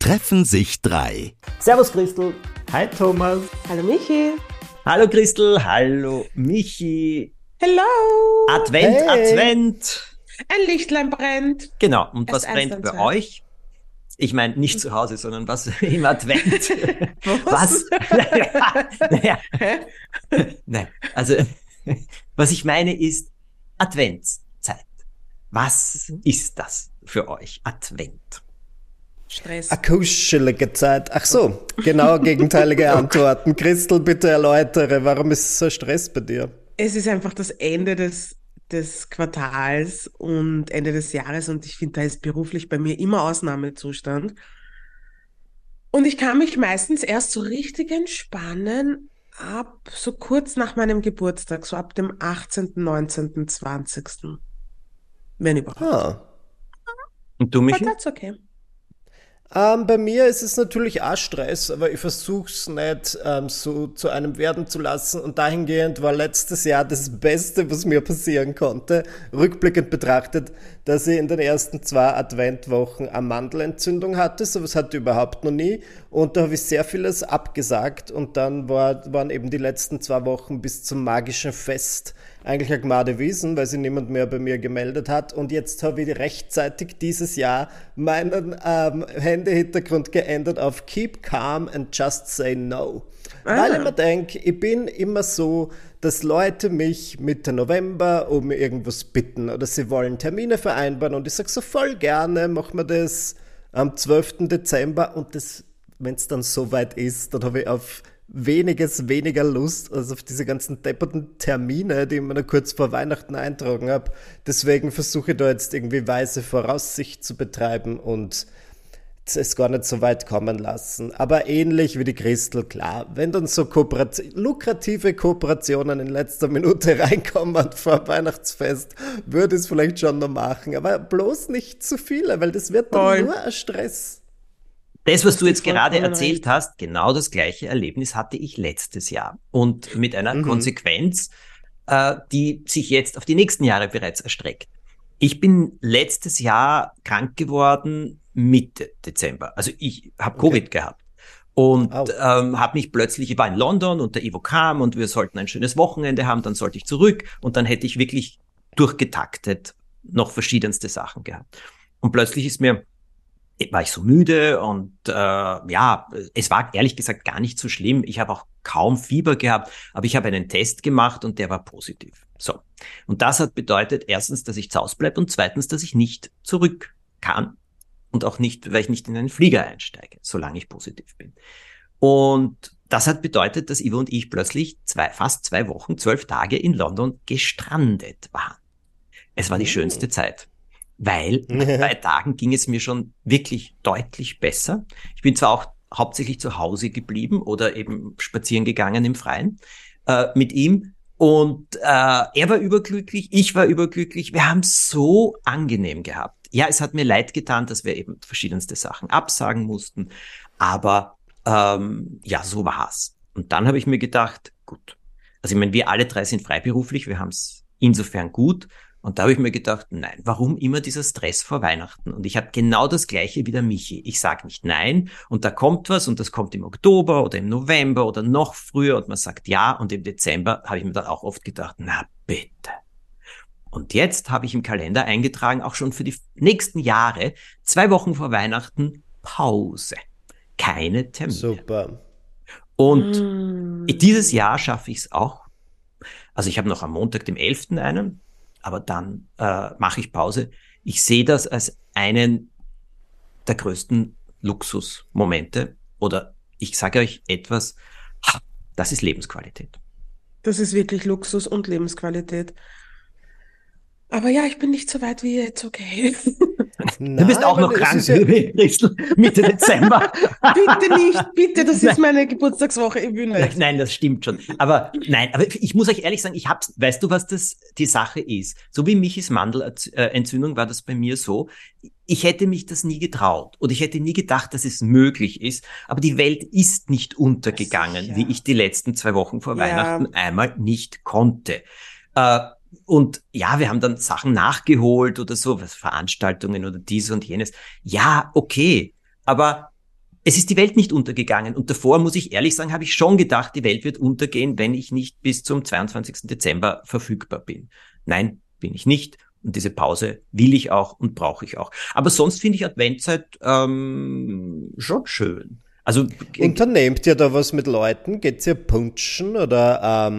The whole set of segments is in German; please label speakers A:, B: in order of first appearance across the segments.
A: Treffen sich drei.
B: Servus Christel. Hi Thomas.
C: Hallo Michi.
B: Hallo Christel. Hallo Michi.
C: Hello.
B: Advent.
C: Ein Lichtlein brennt.
B: Genau. Und
C: Erst
B: was brennt
C: eins,
B: bei
C: dann
B: euch? Ich meine nicht zu Hause, sondern was im Advent.
C: Was?
B: Naja. Nein, also was ich meine ist Adventszeit. Was ist das für euch? Advent.
C: Stress.
D: Eine kuschelige Zeit. Ach so, genau gegenteilige Antworten. Christel, bitte erläutere, warum ist so ein Stress bei dir?
C: Es ist einfach das Ende des Quartals und Ende des Jahres und ich finde, da ist beruflich bei mir immer Ausnahmezustand. Und ich kann mich meistens erst so richtig entspannen ab so kurz nach meinem Geburtstag, so ab dem 18., 19., 20. Wenn überhaupt.
D: Ah.
B: Und du,
C: But
B: Michi?
C: that's okay.
D: Bei mir ist es natürlich auch Stress, aber ich versuche es nicht so zu einem werden zu lassen. Und dahingehend war letztes Jahr das Beste, was mir passieren konnte, rückblickend betrachtet, dass ich in den ersten 2 Adventwochen eine Mandelentzündung hatte. Sowas hatte ich überhaupt noch nie. Und da habe ich sehr vieles abgesagt. Und dann waren eben die letzten 2 Wochen bis zum magischen Fest eigentlich eine Gnade Wiesen, weil sich niemand mehr bei mir gemeldet hat. Und jetzt habe ich rechtzeitig dieses Jahr meinen Handyhintergrund geändert auf Keep Calm and Just Say No. Weil ich mir denke, ich bin immer so, dass Leute mich Mitte November um irgendwas bitten oder sie wollen Termine vereinbaren und ich sage so voll gerne, machen wir das am 12. Dezember und das, wenn es dann soweit ist, dann habe ich auf weniger Lust als auf diese ganzen depperten Termine, die ich mir noch kurz vor Weihnachten eintragen habe. Deswegen versuche ich da jetzt irgendwie weise Voraussicht zu betreiben und es gar nicht so weit kommen lassen. Aber ähnlich wie die Christel, klar, wenn dann so lukrative Kooperationen in letzter Minute reinkommen vor Weihnachtsfest, würde ich es vielleicht schon noch machen. Aber bloß nicht zu viele, weil das wird dann nur ein Stress.
B: Das, was du jetzt gerade
C: vollkommen
B: erzählt hast, genau das gleiche Erlebnis hatte ich letztes Jahr. Und mit einer Konsequenz, die sich jetzt auf die nächsten Jahre bereits erstreckt. Ich bin letztes Jahr krank geworden Mitte Dezember. Also ich habe Covid gehabt. Und habe mich plötzlich, ich war in London und der Ivo kam und wir sollten ein schönes Wochenende haben, dann sollte ich zurück und dann hätte ich wirklich durchgetaktet noch verschiedenste Sachen gehabt. Und plötzlich war ich so müde und es war ehrlich gesagt gar nicht so schlimm. Ich habe auch kaum Fieber gehabt, aber ich habe einen Test gemacht und der war positiv. So. Und das hat bedeutet, erstens, dass ich zu Hause bleibe und zweitens, dass ich nicht zurück kann und auch nicht, weil ich nicht in einen Flieger einsteige, solange ich positiv bin. Und das hat bedeutet, dass Ivo und ich plötzlich fast 2 Wochen, 12 Tage in London gestrandet waren. Es war die schönste Zeit. Weil nach 3 Tagen ging es mir schon wirklich deutlich besser. Ich bin zwar auch hauptsächlich zu Hause geblieben oder eben spazieren gegangen im Freien mit ihm. Und er war überglücklich, ich war überglücklich. Wir haben es so angenehm gehabt. Ja, es hat mir leid getan, dass wir eben verschiedenste Sachen absagen mussten. Aber so war's. Und dann habe ich mir gedacht, gut. Also ich meine, wir alle 3 sind freiberuflich, wir haben es insofern gut. Und da habe ich mir gedacht, nein, warum immer dieser Stress vor Weihnachten? Und ich habe genau das Gleiche wie der Michi. Ich sage nicht nein und da kommt was und das kommt im Oktober oder im November oder noch früher und man sagt ja und im Dezember habe ich mir dann auch oft gedacht, na bitte. Und jetzt habe ich im Kalender eingetragen, auch schon für die nächsten Jahre, 2 Wochen vor Weihnachten Pause. Keine Termine.
D: Super.
B: Und dieses Jahr schaffe ich es auch. Also ich habe noch am Montag, dem 11. einen. Aber dann mache ich Pause. Ich sehe das als einen der größten Luxusmomente. Oder ich sage euch etwas, das ist Lebensqualität.
C: Das ist wirklich Luxus und Lebensqualität. Aber ja, ich bin nicht so weit wie jetzt, okay.
B: Du bist auch noch krank, Christel, Mitte Dezember.
C: Bitte nicht, bitte, das ist meine Geburtstagswoche, ich will nicht.
B: Nein, das stimmt schon. Aber ich muss euch ehrlich sagen, weißt du, was die Sache ist? So wie Michis Mandelentzündung war das bei mir so. Ich hätte mich das nie getraut oder ich hätte nie gedacht, dass es möglich ist. Aber die Welt ist nicht untergegangen, wie ich die letzten 2 Wochen vor Weihnachten einmal nicht konnte. Und ja, wir haben dann Sachen nachgeholt oder so, Veranstaltungen oder dies und jenes. Ja, okay. Aber es ist die Welt nicht untergegangen. Und davor, muss ich ehrlich sagen, habe ich schon gedacht, die Welt wird untergehen, wenn ich nicht bis zum 22. Dezember verfügbar bin. Nein, bin ich nicht. Und diese Pause will ich auch und brauche ich auch. Aber sonst finde ich Adventzeit schon schön. Also
D: Unternehmt ihr da was mit Leuten? Geht's ihr punchen oder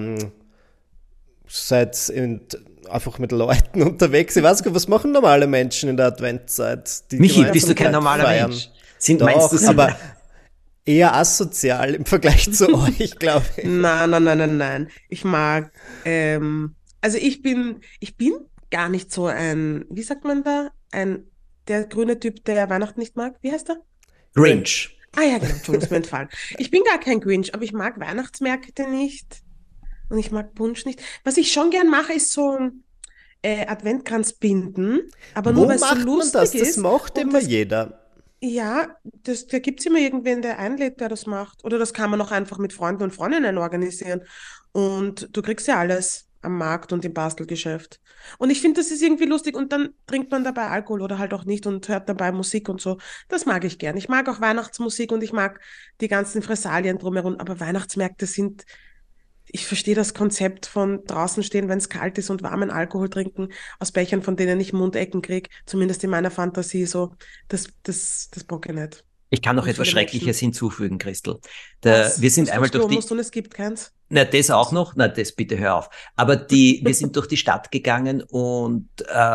D: seid einfach mit Leuten unterwegs? Ich weiß gar nicht, was machen normale Menschen in der Adventszeit? Die
B: Michi, bist du kein normaler
D: feiern.
B: Mensch?
D: Doch, aber eher asozial im Vergleich zu euch, glaube ich.
C: Nein. Ich mag, also ich bin gar nicht so ein, wie sagt man da? Der grüne Typ, der Weihnachten nicht mag. Wie heißt er?
B: Grinch.
C: Ah ja, genau, Entschuldigung, ist mir entfallen. Ich bin gar kein Grinch, aber ich mag Weihnachtsmärkte nicht und ich mag Punsch nicht. Was ich schon gern mache, ist so Adventkranz binden, aber nur
D: Wo
C: weil es so
D: macht man
C: lustig
D: das? Das
C: ist.
D: macht
C: Und
D: immer jeder.
C: ja, da gibt es immer irgendwen, der einlädt, der das macht. Oder das kann man auch einfach mit Freunden und Freundinnen organisieren. Und du kriegst ja alles am Markt und im Bastelgeschäft. Und ich finde, das ist irgendwie lustig. Und dann trinkt man dabei Alkohol oder halt auch nicht und hört dabei Musik und so. Das mag ich gern. Ich mag auch Weihnachtsmusik und ich mag die ganzen Fressalien drumherum. Aber Weihnachtsmärkte sind, ich verstehe das Konzept von draußen stehen, wenn es kalt ist und warmen Alkohol trinken, aus Bechern, von denen ich Mundecken kriege, zumindest in meiner Fantasie so, das bock ich nicht.
B: Ich kann noch
C: Und
B: etwas
C: viele
B: Schreckliches hinzufügen, Christel.
C: Was?
B: Wir sind
C: Was
B: einmal
C: du
B: durch die,
C: musst und es gibt keins.
B: na, das auch noch, na, das bitte hör auf. Aber wir sind durch die Stadt gegangen und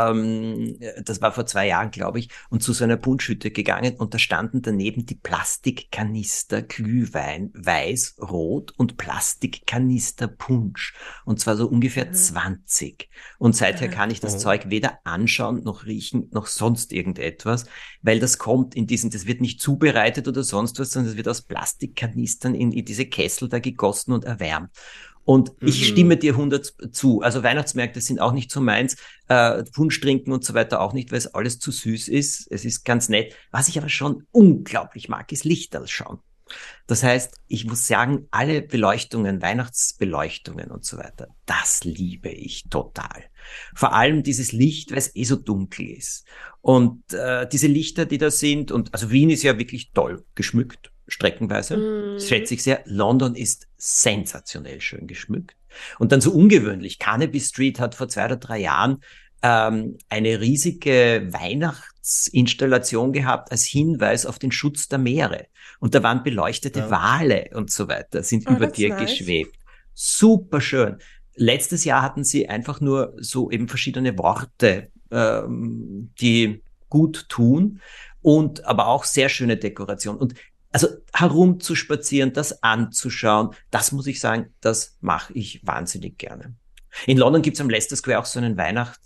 B: das war vor 2 Jahren, glaube ich, und zu so einer Punschhütte gegangen und da standen daneben die Plastikkanister Glühwein, weiß, rot und Plastikkanister Punsch. Und zwar so ungefähr 20. Und seither kann ich das Zeug weder anschauen, noch riechen, noch sonst irgendetwas, weil das kommt das wird nicht zubereitet oder sonst was, sondern es wird aus Plastikkanistern in diese Kessel da gegossen und erwärmt. Und ich stimme dir 100 zu. Also Weihnachtsmärkte sind auch nicht so meins. Punsch trinken und so weiter auch nicht, weil es alles zu süß ist. Es ist ganz nett. Was ich aber schon unglaublich mag, ist Lichterl schauen. Das heißt, ich muss sagen, alle Beleuchtungen, Weihnachtsbeleuchtungen und so weiter, das liebe ich total. Vor allem dieses Licht, weil es so dunkel ist. Und diese Lichter, die da sind, und also Wien ist ja wirklich toll geschmückt, streckenweise. Das schätze ich sehr. London ist sensationell schön geschmückt. Und dann so ungewöhnlich. Carnaby Street hat vor 2 oder 3 Jahren eine riesige Weihnachtsinstallation gehabt als Hinweis auf den Schutz der Meere. Und da waren beleuchtete Wale und so weiter, sind über dir geschwebt. Super schön. Letztes Jahr hatten sie einfach nur so eben verschiedene Worte, die gut tun und aber auch sehr schöne Dekoration. Und also herumzuspazieren, das anzuschauen, das muss ich sagen, das mache ich wahnsinnig gerne. In London gibt's am Leicester Square auch so einen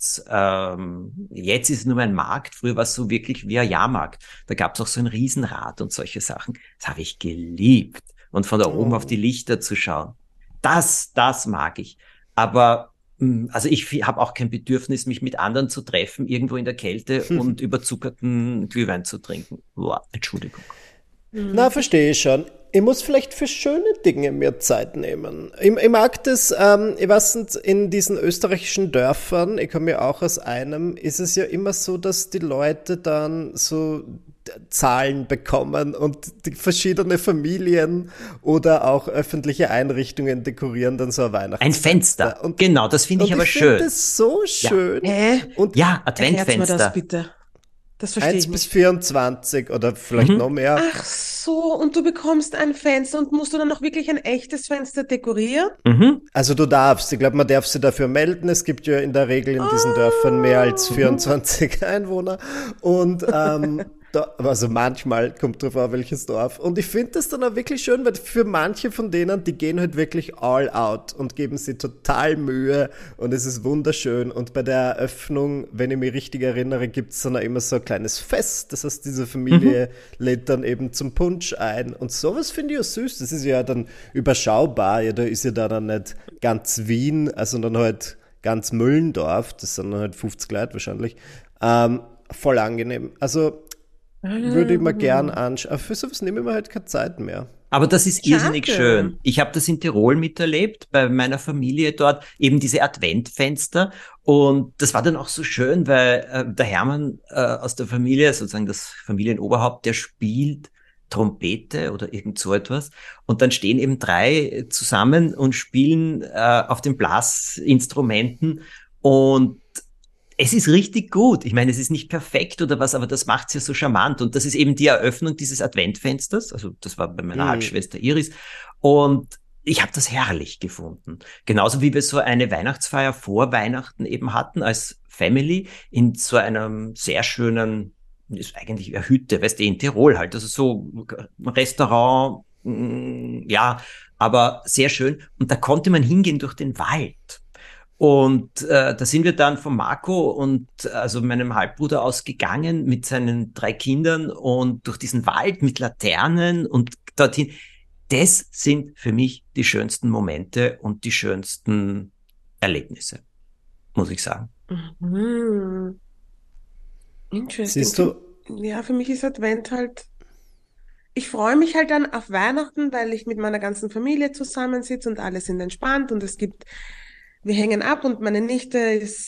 B: jetzt ist es nur ein Markt, früher war es so wirklich wie ein Jahrmarkt. Da gab's auch so ein Riesenrad und solche Sachen. Das habe ich geliebt. Und von da oben auf die Lichter zu schauen. Das mag ich. Aber also ich habe auch kein Bedürfnis, mich mit anderen zu treffen, irgendwo in der Kälte und überzuckerten Glühwein zu trinken. Boah, Entschuldigung.
D: Na, verstehe ich schon. Ich muss vielleicht für schöne Dinge mir Zeit nehmen. Ich mag das, ich weiß nicht, in diesen österreichischen Dörfern, ich komme ja auch aus einem, ist es ja immer so, dass die Leute dann so Zahlen bekommen und die verschiedene Familien oder auch öffentliche Einrichtungen dekorieren dann so ein Weihnachtsfenster.
B: Ein Fenster, und genau, das finde ich aber schön.
D: Ich finde das so schön.
C: Ja,
D: und
B: Adventfenster.
C: Erklärt's mir das bitte. Das verstehe
D: 1
C: ich
D: bis
C: nicht.
D: 24 oder vielleicht noch mehr.
C: Ach so, und du bekommst ein Fenster und musst du dann auch wirklich ein echtes Fenster dekorieren?
D: Also du darfst, ich glaube, man darf sich dafür melden. Es gibt ja in der Regel in diesen Dörfern mehr als 24 Einwohner. Und also manchmal kommt drauf an, welches Dorf. Und ich finde das dann auch wirklich schön, weil für manche von denen, die gehen halt wirklich all out und geben sich total Mühe und es ist wunderschön. Und bei der Eröffnung, wenn ich mich richtig erinnere, gibt es dann auch immer so ein kleines Fest. Das heißt, diese Familie lädt dann eben zum Punsch ein. Und sowas finde ich auch süß. Das ist ja dann überschaubar. Ja, da ist ja dann nicht ganz Wien, also dann halt ganz Müllendorf. Das sind dann halt 50 Leute wahrscheinlich. Voll angenehm. Also würde ich mir gern anschauen. Aber für sowas nehme ich mir halt keine Zeit mehr.
B: Aber das ist irrsinnig
C: Schade.
B: schön. Ich habe das in Tirol miterlebt, bei meiner Familie dort, eben diese Adventfenster. Und das war dann auch so schön, weil der Hermann aus der Familie, sozusagen das Familienoberhaupt, der spielt Trompete oder irgend so etwas. Und dann stehen eben 3 zusammen und spielen auf den Blasinstrumenten. Und es ist richtig gut. Ich meine, es ist nicht perfekt oder was, aber das macht's ja so charmant. Und das ist eben die Eröffnung dieses Adventfensters. Also das war bei meiner Halbschwester Iris. Und ich habe das herrlich gefunden. Genauso wie wir so eine Weihnachtsfeier vor Weihnachten eben hatten als Family in so einem sehr schönen, ist eigentlich eine Hütte, weißt du, in Tirol halt. Also so ein Restaurant, ja, aber sehr schön. Und da konnte man hingehen durch den Wald. Und da sind wir dann von Marco und also meinem Halbbruder aus gegangen mit seinen 3 Kindern und durch diesen Wald mit Laternen und dorthin. Das sind für mich die schönsten Momente und die schönsten Erlebnisse, muss ich sagen.
C: Mhm. Interesting.
D: Siehst du,
C: Ja, für mich ist Advent halt, ich freue mich halt dann auf Weihnachten, weil ich mit meiner ganzen Familie zusammensitze und alle sind entspannt und wir hängen ab und meine Nichte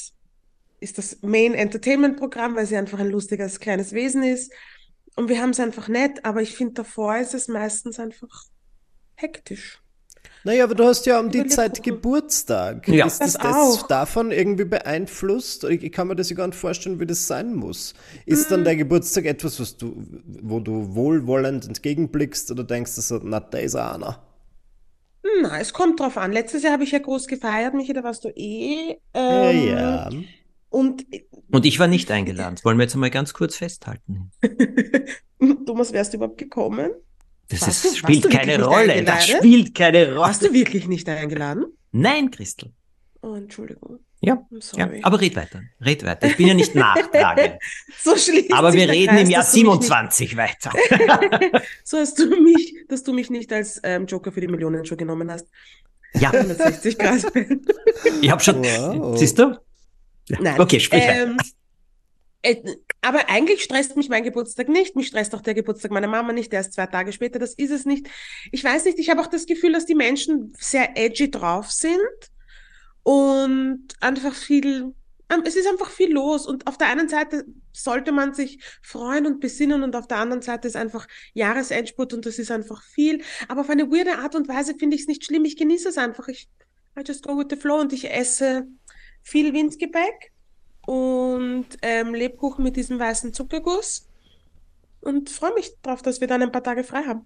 C: ist das Main Entertainment Programm, weil sie einfach ein lustiges kleines Wesen ist und wir haben es einfach nett, aber ich finde davor ist es meistens einfach hektisch.
D: naja, aber du hast ja um die
C: Über
D: Zeit
C: Lebkuchen.
D: Geburtstag.
B: Ja.
D: Ist
C: Das
D: das
C: auch.
D: davon irgendwie beeinflusst? Ich kann mir das ja gar nicht vorstellen, wie das sein muss. Ist dann der Geburtstag etwas, wo du wohlwollend entgegenblickst oder denkst du so, na, da ist einer?
C: Na, es kommt drauf an. Letztes Jahr habe ich ja groß gefeiert, Michi, da warst du eh.
D: Ja.
C: Und
B: Und ich war nicht eingeladen. Das wollen wir jetzt einmal ganz kurz festhalten.
C: Thomas, wärst du überhaupt gekommen?
B: Das
C: Warst
B: spielt
C: du
B: keine
C: wirklich nicht
B: Rolle. Das
C: eingeladen?
B: spielt keine
C: Warst du
B: Rolle.
C: wirklich nicht eingeladen?
B: Nein, Christel.
C: Oh, Entschuldigung.
B: Ja,
C: I'm
B: ja,
C: sorry.
B: aber red weiter. Red weiter. Ich bin ja nicht nachtragend.
C: So schließt
B: Aber
C: sich
B: wir
C: der
B: reden
C: Kreis,
B: im Jahr
C: dass du mich nicht,
B: 27 weiter.
C: so dass du mich nicht als Joker für die Millionenshow genommen hast.
B: Ja,
C: 160 Grad.
B: ich habe schon.
D: Wow.
B: Siehst du? Ja.
C: Nein.
B: Okay, sprich weiter.
C: Äh, aber eigentlich stresst mich mein Geburtstag nicht. Mich stresst auch der Geburtstag meiner Mama nicht. Der ist 2 Tage später. Das ist es nicht. Ich weiß nicht. Ich habe auch das Gefühl, dass die Menschen sehr edgy drauf sind und einfach es ist einfach viel los. Und auf der einen Seite sollte man sich freuen und besinnen und auf der anderen Seite ist einfach Jahresendspurt und das ist einfach viel. Aber auf eine weirde Art und Weise finde ich es nicht schlimm. Ich genieße es einfach. I just go with the flow und ich esse viel Winzgebäck und Lebkuchen mit diesem weißen Zuckerguss und freue mich drauf, dass wir dann ein paar Tage frei haben.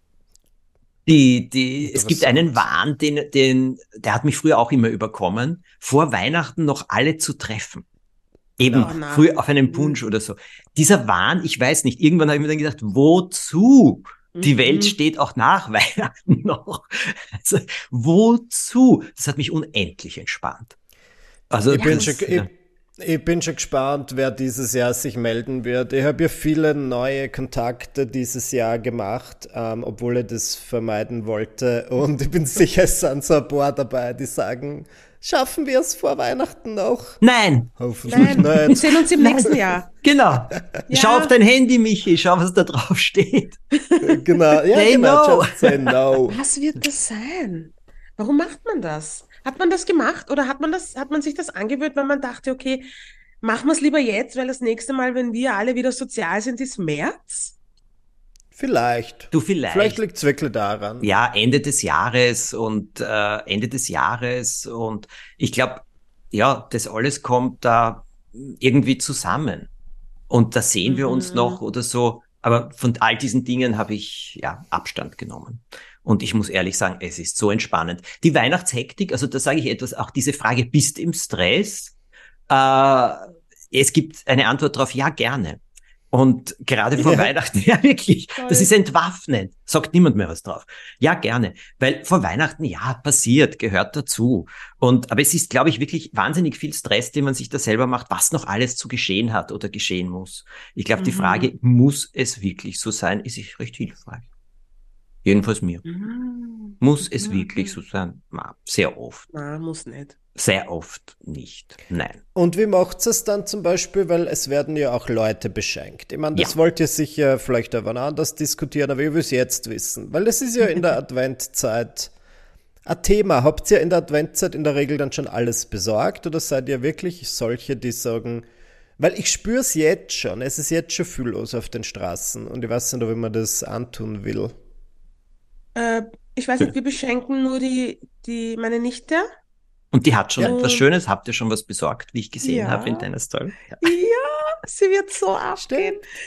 B: Es gibt einen Wahn, der hat mich früher auch immer überkommen, vor Weihnachten noch alle zu treffen. Eben
C: Oh, na.
B: früher auf einem Punsch oder so. Dieser Wahn, ich weiß nicht, irgendwann habe ich mir dann gedacht, wozu? Die Welt steht auch nach Weihnachten noch. Also, wozu? Das hat mich unendlich entspannt. Also,
D: Ich bin,
B: das,
D: schon,
B: ja.
D: ich bin schon gespannt, wer dieses Jahr sich melden wird. Ich habe ja viele neue Kontakte dieses Jahr gemacht, obwohl ich das vermeiden wollte. Und ich bin sicher, es sind so ein paar dabei, die sagen, schaffen wir es vor Weihnachten noch?
B: Nein,
D: Hoffentlich
C: Nein, wir
D: nicht.
C: sehen uns im nächsten Jahr.
B: genau. Schau auf dein Handy, Michi, schau, was da drauf steht.
D: Genau, ja,
B: They
D: genau,
B: know.
D: just say no.
C: Was wird das sein? Warum macht man das? Hat man das gemacht oder hat man sich das angewöhnt, weil man dachte, okay, machen wir es lieber jetzt, weil das nächste Mal, wenn wir alle wieder sozial sind, ist März?
D: Vielleicht.
B: Du vielleicht.
D: Vielleicht liegt es wirklich daran.
B: Ja, Ende des Jahres und ich glaube, ja, das alles kommt da irgendwie zusammen. Und da sehen wir uns noch oder so. Aber von all diesen Dingen habe ich ja Abstand genommen. Und ich muss ehrlich sagen, es ist so entspannend. Die Weihnachtshektik, also da sage ich etwas, auch diese Frage, bist du im Stress? Es gibt eine Antwort darauf, ja, gerne. Und gerade vor Weihnachten, ja wirklich, das ist entwaffnend. Sagt niemand mehr was drauf. Ja, gerne. Weil vor Weihnachten, ja, passiert, gehört dazu. Aber es ist, glaube ich, wirklich wahnsinnig viel Stress, den man sich da selber macht, was noch alles zu geschehen hat oder geschehen muss. Ich glaube, die Frage, muss es wirklich so sein, ist recht hilfreich. Jedenfalls mir. Muss es wirklich so sein? Na, sehr oft.
C: Na, muss nicht.
B: Sehr oft nicht. Nein.
D: Und wie macht es dann zum Beispiel, weil es werden ja auch Leute beschenkt. Ich meine, das
B: Ja.
D: wollt ihr sicher vielleicht auch wann anders diskutieren, aber ich will es jetzt wissen. Weil es ist ja in der Adventzeit ein Thema. Habt ihr in der Adventzeit in der Regel dann schon alles besorgt oder seid ihr wirklich solche, die sagen, Weil ich spüre es jetzt schon. Es ist jetzt schon viel los auf den Straßen. Und ich weiß nicht, ob ich mir das antun will.
C: Äh, Ich weiß nicht, wir beschenken nur meine Nichte.
B: Und die hat schon
D: Ja.
B: etwas
C: Und
B: Schönes. Habt ihr schon was besorgt, wie ich gesehen habe in
C: ja,
B: deiner Story? Ja.
C: ja, sie wird so abgehen.
D: Stimmt.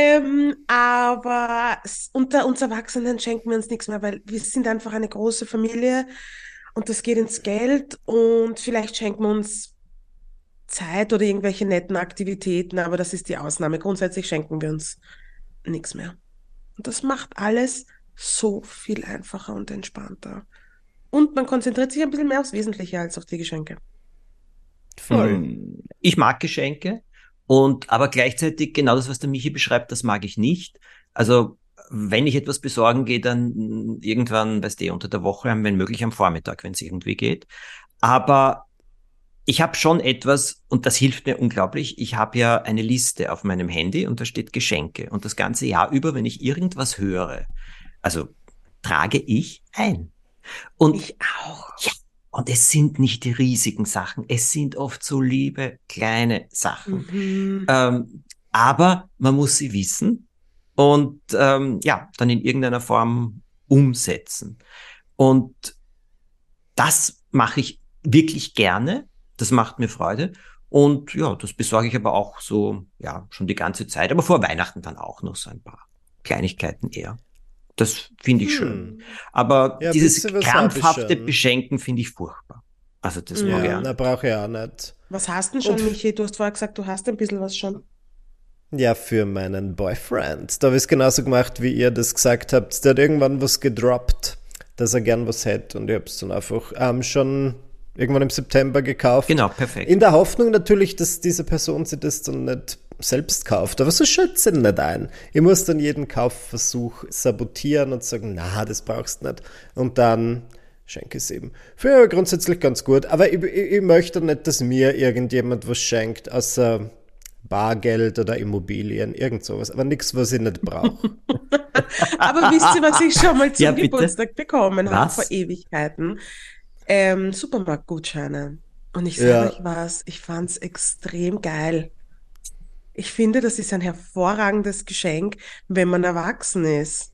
C: Aber unter uns Erwachsenen schenken wir uns nichts mehr, weil wir sind einfach eine große Familie und das geht ins Geld und vielleicht schenken wir uns Zeit oder irgendwelche netten Aktivitäten, aber das ist die Ausnahme. Grundsätzlich schenken wir uns nichts mehr. Und das macht alles so viel einfacher und entspannter. Und man konzentriert sich ein bisschen mehr aufs Wesentliche als auf die Geschenke.
D: Voll.
B: Ich mag Geschenke aber gleichzeitig genau das, was der Michi beschreibt, das mag ich nicht. Also wenn ich etwas besorgen gehe, dann irgendwann, weißt du, unter der Woche, wenn möglich am Vormittag, wenn es irgendwie geht. Aber ich habe schon etwas, und das hilft mir unglaublich. Ich habe ja eine Liste auf meinem Handy und da steht Geschenke. Und das ganze Jahr über, wenn ich irgendwas höre, also trage ich ein. Und
C: Ich auch.
B: ja, und es sind nicht die riesigen Sachen. Es sind oft so liebe kleine Sachen. Aber man muss sie wissen und ja, dann in irgendeiner Form umsetzen. Und das mache ich wirklich gerne. Das macht mir Freude. Und ja, das besorge ich aber auch so, ja, schon die ganze Zeit. Aber vor Weihnachten dann auch noch so ein paar Kleinigkeiten eher. Das finde ich schön. Aber
D: Ja,
B: dieses
D: bisschen was hab ich
B: krampfhafte
D: schon.
B: Beschenken finde ich furchtbar. Also das mag ich
D: Ja,
B: auch
D: na,
B: nicht.
D: brauche ich auch nicht.
C: Was hast denn schon,
D: Und
C: Michi? Du hast vorher gesagt, du hast ein bisschen was schon.
D: ja, für meinen Boyfriend. Da habe ich es genauso gemacht, wie ihr das gesagt habt. Der hat irgendwann was gedroppt, dass er gern was hätte. Und ich habe es dann einfach schon irgendwann im September gekauft.
B: Genau, perfekt.
D: In der Hoffnung natürlich, dass diese Person sich das dann nicht selbst kauft. Aber so schätze ich nicht ein. Ich muss dann jeden Kaufversuch sabotieren und sagen, na, das brauchst du nicht. Und dann schenke ich es ihm. Finde ich grundsätzlich ganz gut. Aber ich möchte nicht, dass mir irgendjemand was schenkt, außer Bargeld oder Immobilien, irgend sowas. Aber nichts, was ich nicht brauche.
C: Aber wisst ihr, was ich schon mal zum
B: Ja, bitte.
C: Geburtstag bekommen habe vor
B: Was?
C: Ewigkeiten? Supermarktgutscheine. Und ich
D: Ja.
C: sage euch was, ich fand's extrem geil. Ich finde, das ist ein hervorragendes Geschenk, wenn man erwachsen ist.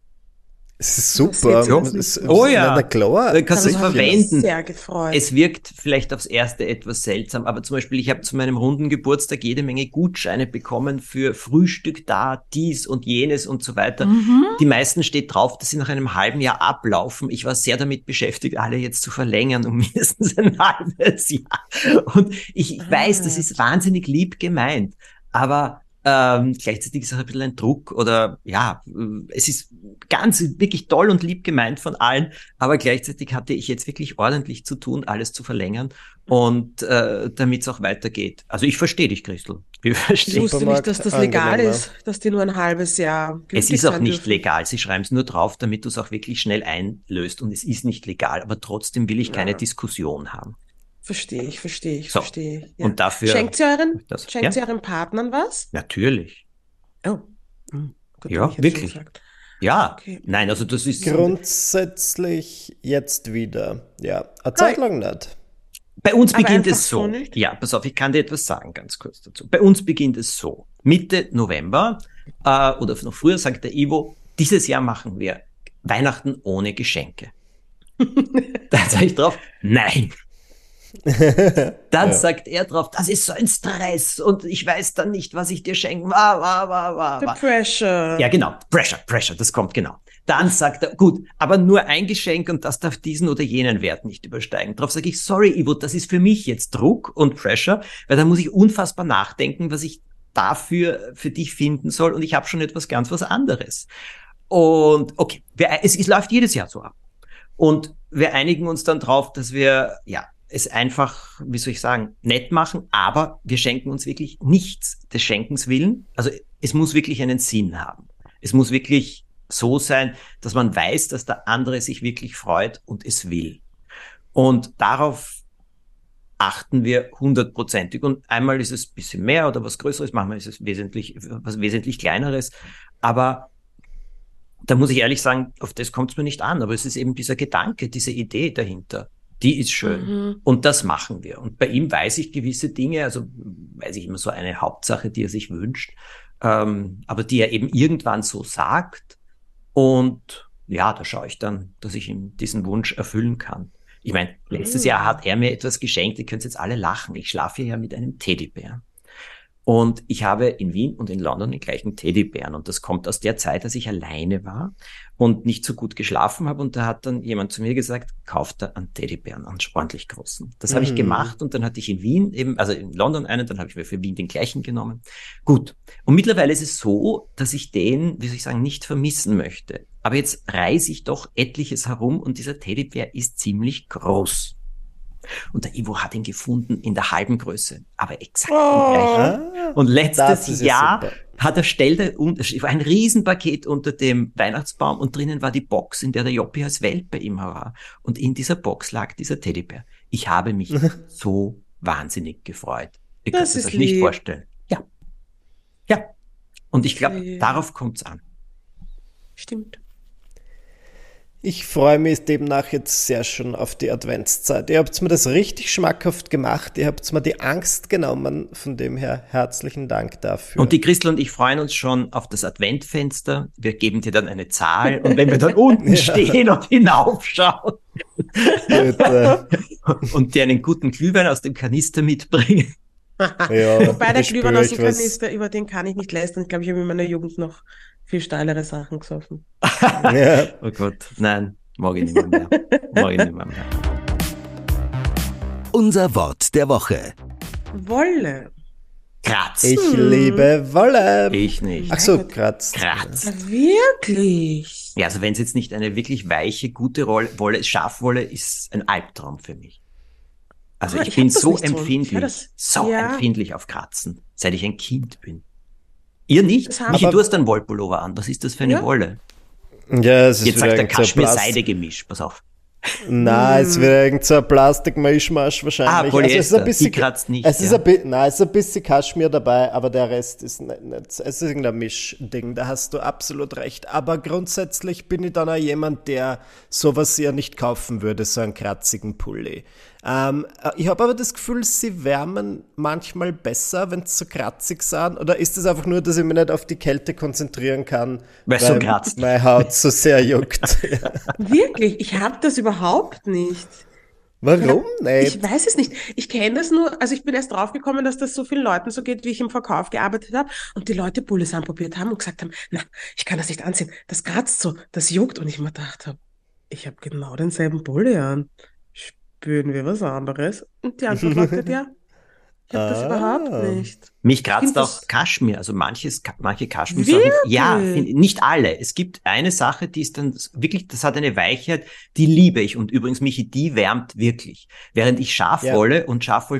D: Es ist
C: Was
D: super.
C: jetzt das
D: Es-
C: nicht
B: Oh
C: so?
B: ja.
D: Na klar.
B: Dann kannst du es
C: Darüber habe ich mich
B: verwenden.
C: sehr gefreut.
B: Es wirkt vielleicht aufs Erste etwas seltsam, aber zum Beispiel, ich habe zu meinem runden Geburtstag jede Menge Gutscheine bekommen für Frühstück da, dies und jenes und so weiter. Die meisten steht drauf, dass sie nach einem halben Jahr ablaufen. Ich war sehr damit beschäftigt, alle jetzt zu verlängern um mindestens ein halbes Jahr. Und ich weiß, das ist wahnsinnig lieb gemeint, aber gleichzeitig ist es auch ein bisschen ein Druck oder ja, es ist ganz wirklich toll und lieb gemeint von allen, aber gleichzeitig hatte ich jetzt wirklich ordentlich zu tun, alles zu verlängern und damit es auch weitergeht. Also ich verstehe dich, Christel. Ich
C: Ich
B: verstehe.
C: wusste nicht, dass das legal
D: Angenehmer.
C: ist, dass die nur ein halbes Jahr
B: Es
C: gültig
B: ist auch
C: sein
B: nicht
C: dürfen.
B: legal. Sie schreiben es nur drauf, damit du es auch wirklich schnell einlöst und es ist nicht legal, aber trotzdem will ich keine
C: Ja.
B: Diskussion haben.
C: Verstehe ich, verstehe ich,
B: So.
C: verstehe ich. Ja.
B: Und dafür
C: Schenkt ihr euren,
B: das,
C: schenkt
B: ja,
C: ihr euren Partnern was?
B: natürlich.
C: Oh, gut,
B: Ja,
C: hab ich jetzt schon
B: wirklich.
C: gesagt.
B: Ja,
C: Okay.
B: nein, also das ist
D: Grundsätzlich jetzt wieder. Ja, eine Zeit lang nicht.
B: bei uns
C: Aber
B: beginnt
C: einfach
B: es
C: so
B: so.
C: nicht?
B: Ja, pass auf, ich kann dir etwas sagen, ganz kurz dazu. Bei uns beginnt es so. Mitte November oder noch früher sagt der Ivo, dieses Jahr machen wir Weihnachten ohne Geschenke. Dann sage ich drauf, nein. Dann sagt er drauf, das ist so ein Stress und ich weiß dann nicht, was ich dir schenken.
C: The pressure.
B: Ja, genau. Pressure, das kommt genau. Dann sagt er, gut, aber nur ein Geschenk und das darf diesen oder jenen Wert nicht übersteigen. Darauf sage ich, sorry, Ivo, das ist für mich jetzt Druck und Pressure, weil da muss ich unfassbar nachdenken, was ich dafür für dich finden soll und ich habe schon etwas ganz was anderes. Und okay, es läuft jedes Jahr so ab. Und wir einigen uns dann drauf, dass wir, ja, es einfach, wie soll ich sagen, nett machen, aber wir schenken uns wirklich nichts des Schenkens willen. Also es muss wirklich einen Sinn haben. Es muss wirklich so sein, dass man weiß, dass der andere sich wirklich freut und es will. Und darauf achten wir 100%ig. Und einmal ist es ein bisschen mehr oder was Größeres, manchmal ist es was wesentlich Kleineres. Aber da muss ich ehrlich sagen, auf das kommt es mir nicht an. Aber es ist eben dieser Gedanke, diese Idee dahinter. Die ist schön. Und das machen wir. Und bei ihm weiß ich gewisse Dinge, also weiß ich immer so eine Hauptsache, die er sich wünscht, aber die er eben irgendwann so sagt. Und ja, da schaue ich dann, dass ich ihm diesen Wunsch erfüllen kann. Ich meine, letztes Jahr hat er mir etwas geschenkt, ihr könnt jetzt alle lachen. Ich schlafe ja mit einem Teddybär. Und ich habe in Wien und in London den gleichen Teddybären. Und das kommt aus der Zeit, als ich alleine war und nicht so gut geschlafen habe. Und da hat dann jemand zu mir gesagt, kauf da einen Teddybären, einen ordentlich großen. Das habe ich gemacht und dann hatte ich in Wien eben, also in London einen, dann habe ich mir für Wien den gleichen genommen. Gut. Und mittlerweile ist es so, dass ich den, wie soll ich sagen, nicht vermissen möchte. Aber jetzt reise ich doch etliches herum und dieser Teddybär ist ziemlich groß. Und der Ivo hat ihn gefunden in der halben Größe, aber exakt den gleichen. Und letztes Jahr hat er ein Riesenpaket unter dem Weihnachtsbaum und drinnen war die Box, in der der Joppi als Welt bei ihm war. Und in dieser Box lag dieser Teddybär. Ich habe mich so wahnsinnig gefreut. Ihr könnt es euch nicht vorstellen. Ja. Ja. Und ich glaube, darauf kommt's an.
C: Stimmt.
D: Ich freue mich demnach jetzt sehr schon auf die Adventszeit. Ihr habt mir das richtig schmackhaft gemacht. Ihr habt mir die Angst genommen. Von dem her herzlichen Dank dafür.
B: Und die Christel und ich freuen uns schon auf das Adventfenster. Wir geben dir dann eine Zahl. Und wenn wir dann unten stehen und hinaufschauen und dir einen guten Glühwein aus dem Kanister mitbringen.
C: Ja, wobei der Glühwein aus dem Kanister, über den kann ich nicht leisten. Ich glaube, ich habe in meiner Jugend noch viel steilere Sachen gesoffen.
B: Ja. Oh Gott, nein, mag ich nicht mehr.
A: Unser Wort der Woche.
C: Wolle.
B: Kratzen.
D: Ich liebe Wolle.
B: Ich nicht.
D: Ach so, Kratzen.
C: Wirklich?
B: Ja, also wenn es jetzt nicht eine wirklich weiche, gute Wolle ist, Schafwolle ist ein Albtraum für mich. Also ich bin so empfindlich auf Kratzen, seit ich ein Kind bin. Ihr nicht? Michi, du hast einen Wollpullover an. Was ist das für eine Wolle?
D: Ja, es ist
B: jetzt sagt der Kaschmir-Seide-Gemisch. Pass auf.
D: Nein, es wird irgend so ein Plastikmischmasch wahrscheinlich.
B: Polyester,
D: also es ist ein bisschen,
B: die kratzt nicht.
D: Es ist ein bisschen Kaschmir dabei, aber der Rest ist nicht. Es ist irgendein Mischding, da hast du absolut recht. Aber grundsätzlich bin ich dann auch jemand, der sowas ja nicht kaufen würde, so einen kratzigen Pulli. Ich habe aber das Gefühl, sie wärmen manchmal besser, wenn sie so kratzig sind. Oder ist es einfach nur, dass ich mich nicht auf die Kälte konzentrieren kann,
B: weil so kratzt.
D: Meine Haut so sehr juckt.
C: Wirklich? Ich habe das überhaupt nicht.
D: Warum nicht?
C: Ich weiß es nicht. Ich kenne das nur, also ich bin erst draufgekommen, dass das so vielen Leuten so geht, wie ich im Verkauf gearbeitet habe und die Leute Pullis anprobiert haben und gesagt haben, na, ich kann das nicht anziehen, das kratzt so, das juckt. Und ich mir gedacht habe, ich habe genau denselben Pulli an. Spüren wir was anderes? Und die Antwort lautet ja, ich habe das überhaupt nicht.
B: Mich kratzt auch Kaschmir, also manche Kaschmir-Sachen. Ja, nicht alle. Es gibt eine Sache, die ist dann wirklich, das hat eine Weichheit, die liebe ich. Und übrigens, Michi, die wärmt wirklich. Während ich Schafwolle und Schafwoll,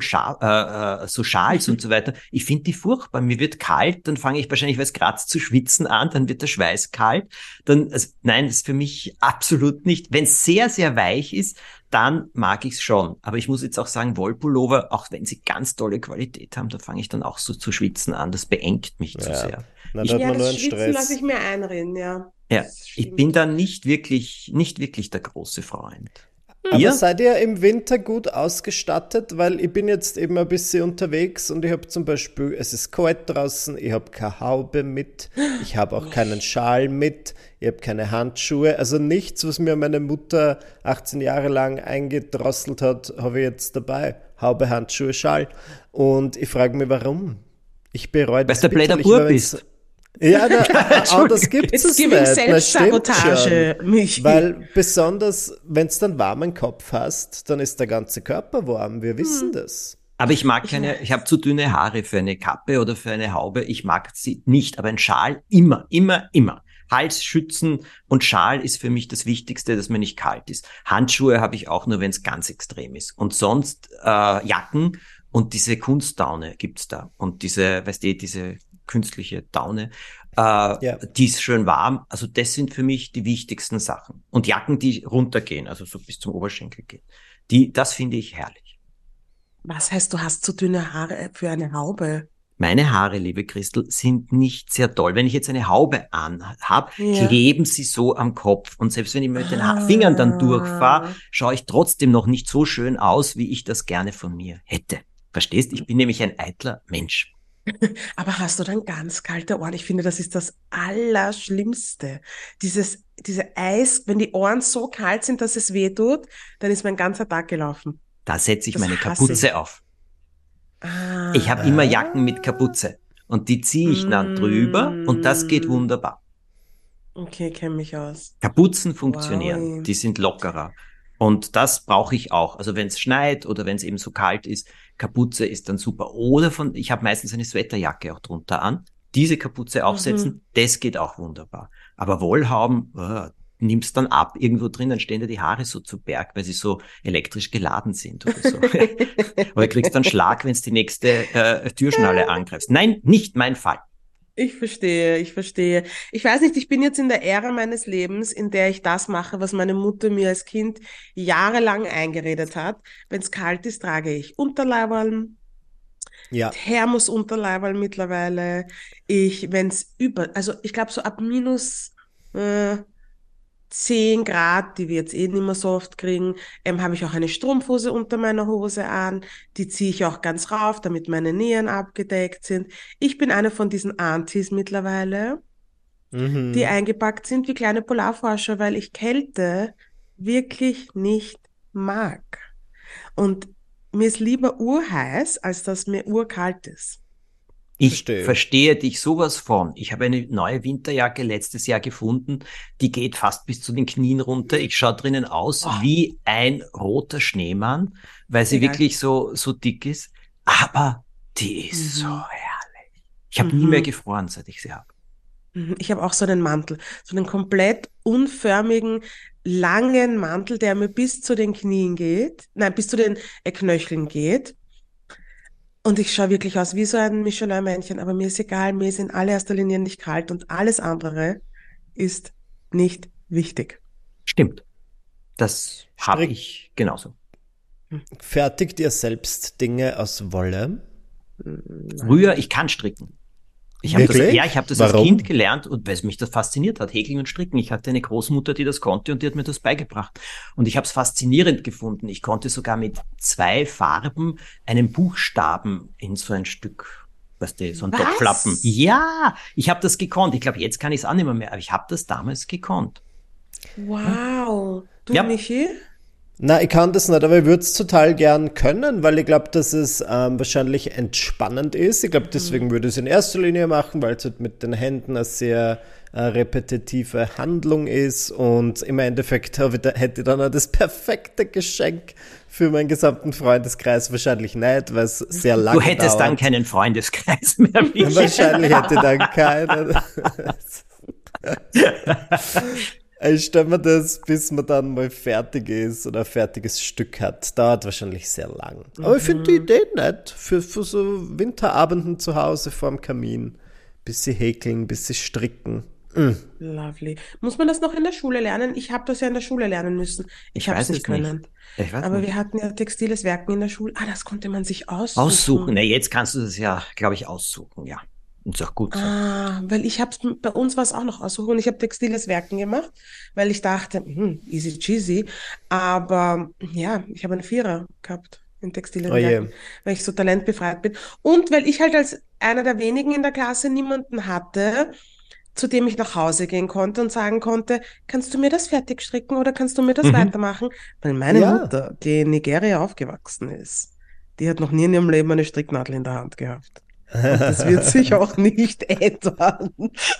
B: so Schals und so weiter, ich finde die furchtbar. Mir wird kalt, dann fange ich wahrscheinlich, weil es kratzt, zu schwitzen an, dann wird der Schweiß kalt. Dann, also, nein, das ist für mich absolut nicht. Wenn es sehr, sehr weich ist, dann mag ich es schon. Aber ich muss jetzt auch sagen, Wollpullover, auch wenn sie ganz tolle Qualität haben, da fange ich dann auch so zu schwitzen an. Das beengt mich zu sehr.
D: Na, da hat man nur einen
C: Schwitzen
D: Stress.
C: lasse ich mir einreden, ja.
B: Ja, ich bin da nicht wirklich der große Freund.
D: Aber seid ihr im Winter gut ausgestattet? Weil ich bin jetzt eben ein bisschen unterwegs und ich habe zum Beispiel, es ist kalt draußen, ich habe keine Haube mit, ich habe auch keinen Schal mit, ich habe keine Handschuhe, also nichts, was mir meine Mutter 18 Jahre lang eingedrosselt hat, habe ich jetzt dabei. Haube, Handschuhe, Schal. Und ich frage mich, warum? Ich bereue das bitterlich.
B: Weil du der Bläder bist.
D: Ja, das gibt es nicht.
C: Selbstsabotage, Michi.
D: Weil besonders, wenn du dann warmen Kopf hast, dann ist der ganze Körper warm. Wir wissen das.
B: Aber ich habe zu dünne Haare für eine Kappe oder für eine Haube. Ich mag sie nicht, aber ein Schal immer. Hals schützen und Schal ist für mich das Wichtigste, dass mir nicht kalt ist. Handschuhe habe ich auch nur, wenn es ganz extrem ist. Und sonst Jacken und diese Kunstdaune gibt's da. Und diese künstliche Daune, die ist schön warm. Also das sind für mich die wichtigsten Sachen. Und Jacken, die runtergehen, also so bis zum Oberschenkel gehen. Das finde ich herrlich.
C: Was heißt, du hast zu dünne Haare für eine Haube?
B: Meine Haare, liebe Christel, sind nicht sehr doll. Wenn ich jetzt eine Haube anhab, kleben sie so am Kopf. Und selbst wenn ich mit den Fingern dann durchfahre, schaue ich trotzdem noch nicht so schön aus, wie ich das gerne von mir hätte. Verstehst? Ich bin nämlich ein eitler Mensch.
C: Aber hast du dann ganz kalte Ohren? Ich finde, das ist das Allerschlimmste. Diese Eis, wenn die Ohren so kalt sind, dass es weh tut, dann ist mein ganzer Tag gelaufen.
B: Da setze ich
C: Das
B: meine
C: hasse
B: Kapuze
C: ich.
B: auf. Ich habe immer Jacken mit Kapuze. Und die ziehe ich dann drüber und das geht wunderbar.
C: Okay, kenne mich aus.
B: Kapuzen funktionieren,
C: Wow.
B: die sind lockerer. Und das brauche ich auch. Also wenn es schneit oder wenn es eben so kalt ist, Kapuze ist dann super. Oder ich habe meistens eine Sweaterjacke auch drunter an. Diese Kapuze aufsetzen, das geht auch wunderbar. Aber Wollhauben, nimmst dann ab irgendwo drin, dann stehen dir die Haare so zu Berg, weil sie so elektrisch geladen sind oder so. Oder kriegst dann Schlag, wenn es die nächste Türschnalle angreifst. Nein, nicht mein Fall.
C: Ich verstehe. Ich weiß nicht, ich bin jetzt in der Ära meines Lebens, in der ich das mache, was meine Mutter mir als Kind jahrelang eingeredet hat. Wenn es kalt ist, trage ich Unterleiberln,
D: Ja.
C: Thermosunterleiberl mittlerweile. Ich glaube so ab minus 10 Grad, die wir jetzt nicht mehr so oft kriegen, habe ich auch eine Strumpfhose unter meiner Hose an. Die ziehe ich auch ganz rauf, damit meine Nieren abgedeckt sind. Ich bin eine von diesen Aunties mittlerweile, die eingepackt sind wie kleine Polarforscher, weil ich Kälte wirklich nicht mag. Und mir ist lieber urheiß, als dass mir urkalt ist.
B: Ich
D: Verstehe.
B: verstehe dich sowas von. Ich habe eine neue Winterjacke letztes Jahr gefunden, die geht fast bis zu den Knien runter. Ich schaue drinnen aus wie ein roter Schneemann, weil sie
C: Egal.
B: wirklich so dick ist. Aber die ist so herrlich. Ich habe nie mehr gefroren, seit ich sie habe.
C: Ich habe auch so einen Mantel, so einen komplett unförmigen, langen Mantel, der mir bis zu den Knien geht, bis zu den Knöcheln geht. Und ich schaue wirklich aus wie so ein Michelin-Männchen, aber mir ist egal, mir ist in allererster Linie nicht kalt und alles andere ist nicht wichtig.
B: Stimmt. Das habe
D: Strick.
B: ich genauso.
D: Fertigt ihr selbst Dinge aus Wolle?
B: Früher, ich kann stricken. Ich habe
D: Wirklich?
B: ich habe das als
D: Warum?
B: Kind gelernt und weil es mich das fasziniert hat, Häkeln und Stricken. Ich hatte eine Großmutter, die das konnte und die hat mir das beigebracht. Und ich habe es faszinierend gefunden. Ich konnte sogar mit 2 Farben einen Buchstaben in so ein Stück, weißt du, so ein
C: Was?
B: Topflappen. Ja, ich habe das gekonnt. Ich glaube, jetzt kann ich es auch nicht mehr, aber ich habe das damals gekonnt.
C: Wow. Du,
B: Ja.
C: Michi?
D: Na, ich kann das nicht, aber ich würde es total gern können, weil ich glaube, dass es wahrscheinlich entspannend ist. Ich glaube, deswegen würde ich es in erster Linie machen, weil es halt mit den Händen eine sehr repetitive Handlung ist und im Endeffekt hätte ich dann auch das perfekte Geschenk für meinen gesamten Freundeskreis wahrscheinlich nicht, weil es sehr lange
B: Du hättest
D: dauert.
B: dann keinen Freundeskreis mehr. Michi.
D: Wahrscheinlich hätte ich dann keinen. Ich stelle mir das, bis man dann mal fertig ist oder ein fertiges Stück hat. Dauert wahrscheinlich sehr lang. Aber ich finde die Idee nett. Für so Winterabenden zu Hause vorm Kamin. Bisschen häkeln, bisschen stricken.
C: Lovely. Muss man das noch in der Schule lernen? Ich habe das ja in der Schule lernen müssen. Ich habe es
B: weiß
C: nicht
B: es nicht.
C: können.
B: Ich weiß
C: Aber
B: nicht.
C: wir hatten ja textiles Werken in der Schule. Das konnte man sich aussuchen.
B: Aussuchen. Na, jetzt kannst du das ja, glaube ich, aussuchen, ja. Und ist auch gut so.
C: Weil bei uns war es auch noch aussuchen und ich habe textiles Werken gemacht, weil ich dachte, easy cheesy. Aber ja, ich habe eine 4er gehabt in textilen
D: Oh je.
C: Werken, weil ich so talentbefreit bin. Und weil ich halt als einer der wenigen in der Klasse niemanden hatte, zu dem ich nach Hause gehen konnte und sagen konnte, kannst du mir das fertig stricken oder kannst du mir das weitermachen? Weil meine
D: Ja.
C: Mutter, die in Nigeria aufgewachsen ist, die hat noch nie in ihrem Leben eine Stricknadel in der Hand gehabt. Und das wird sich auch nicht ändern.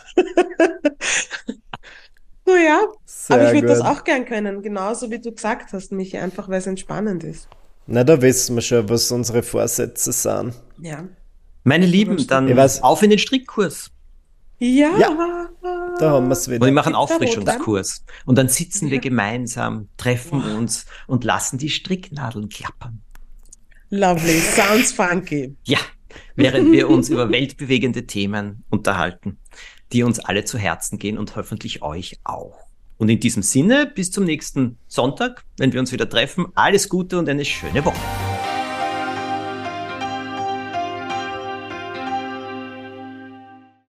C: Naja,
D: Sehr
C: aber ich würde das
D: gut.
C: auch gern können, genauso wie du gesagt hast, Michi, einfach weil es entspannend ist.
D: Na, da wissen wir schon, was unsere Vorsätze sind.
C: Ja.
B: Meine Lieben, dann
D: Ich weiß.
B: auf in den Strickkurs.
C: Ja.
D: Ja. Da haben wir es
B: Und
D: wieder.
B: wir machen einen
C: Gibt's da
B: Auffrischungskurs. Und dann sitzen wir gemeinsam, treffen uns und lassen die Stricknadeln klappern.
C: Lovely, sounds funky.
B: Ja, während wir uns über weltbewegende Themen unterhalten, die uns alle zu Herzen gehen und hoffentlich euch auch. Und in diesem Sinne, bis zum nächsten Sonntag, wenn wir uns wieder treffen. Alles Gute und eine schöne Woche.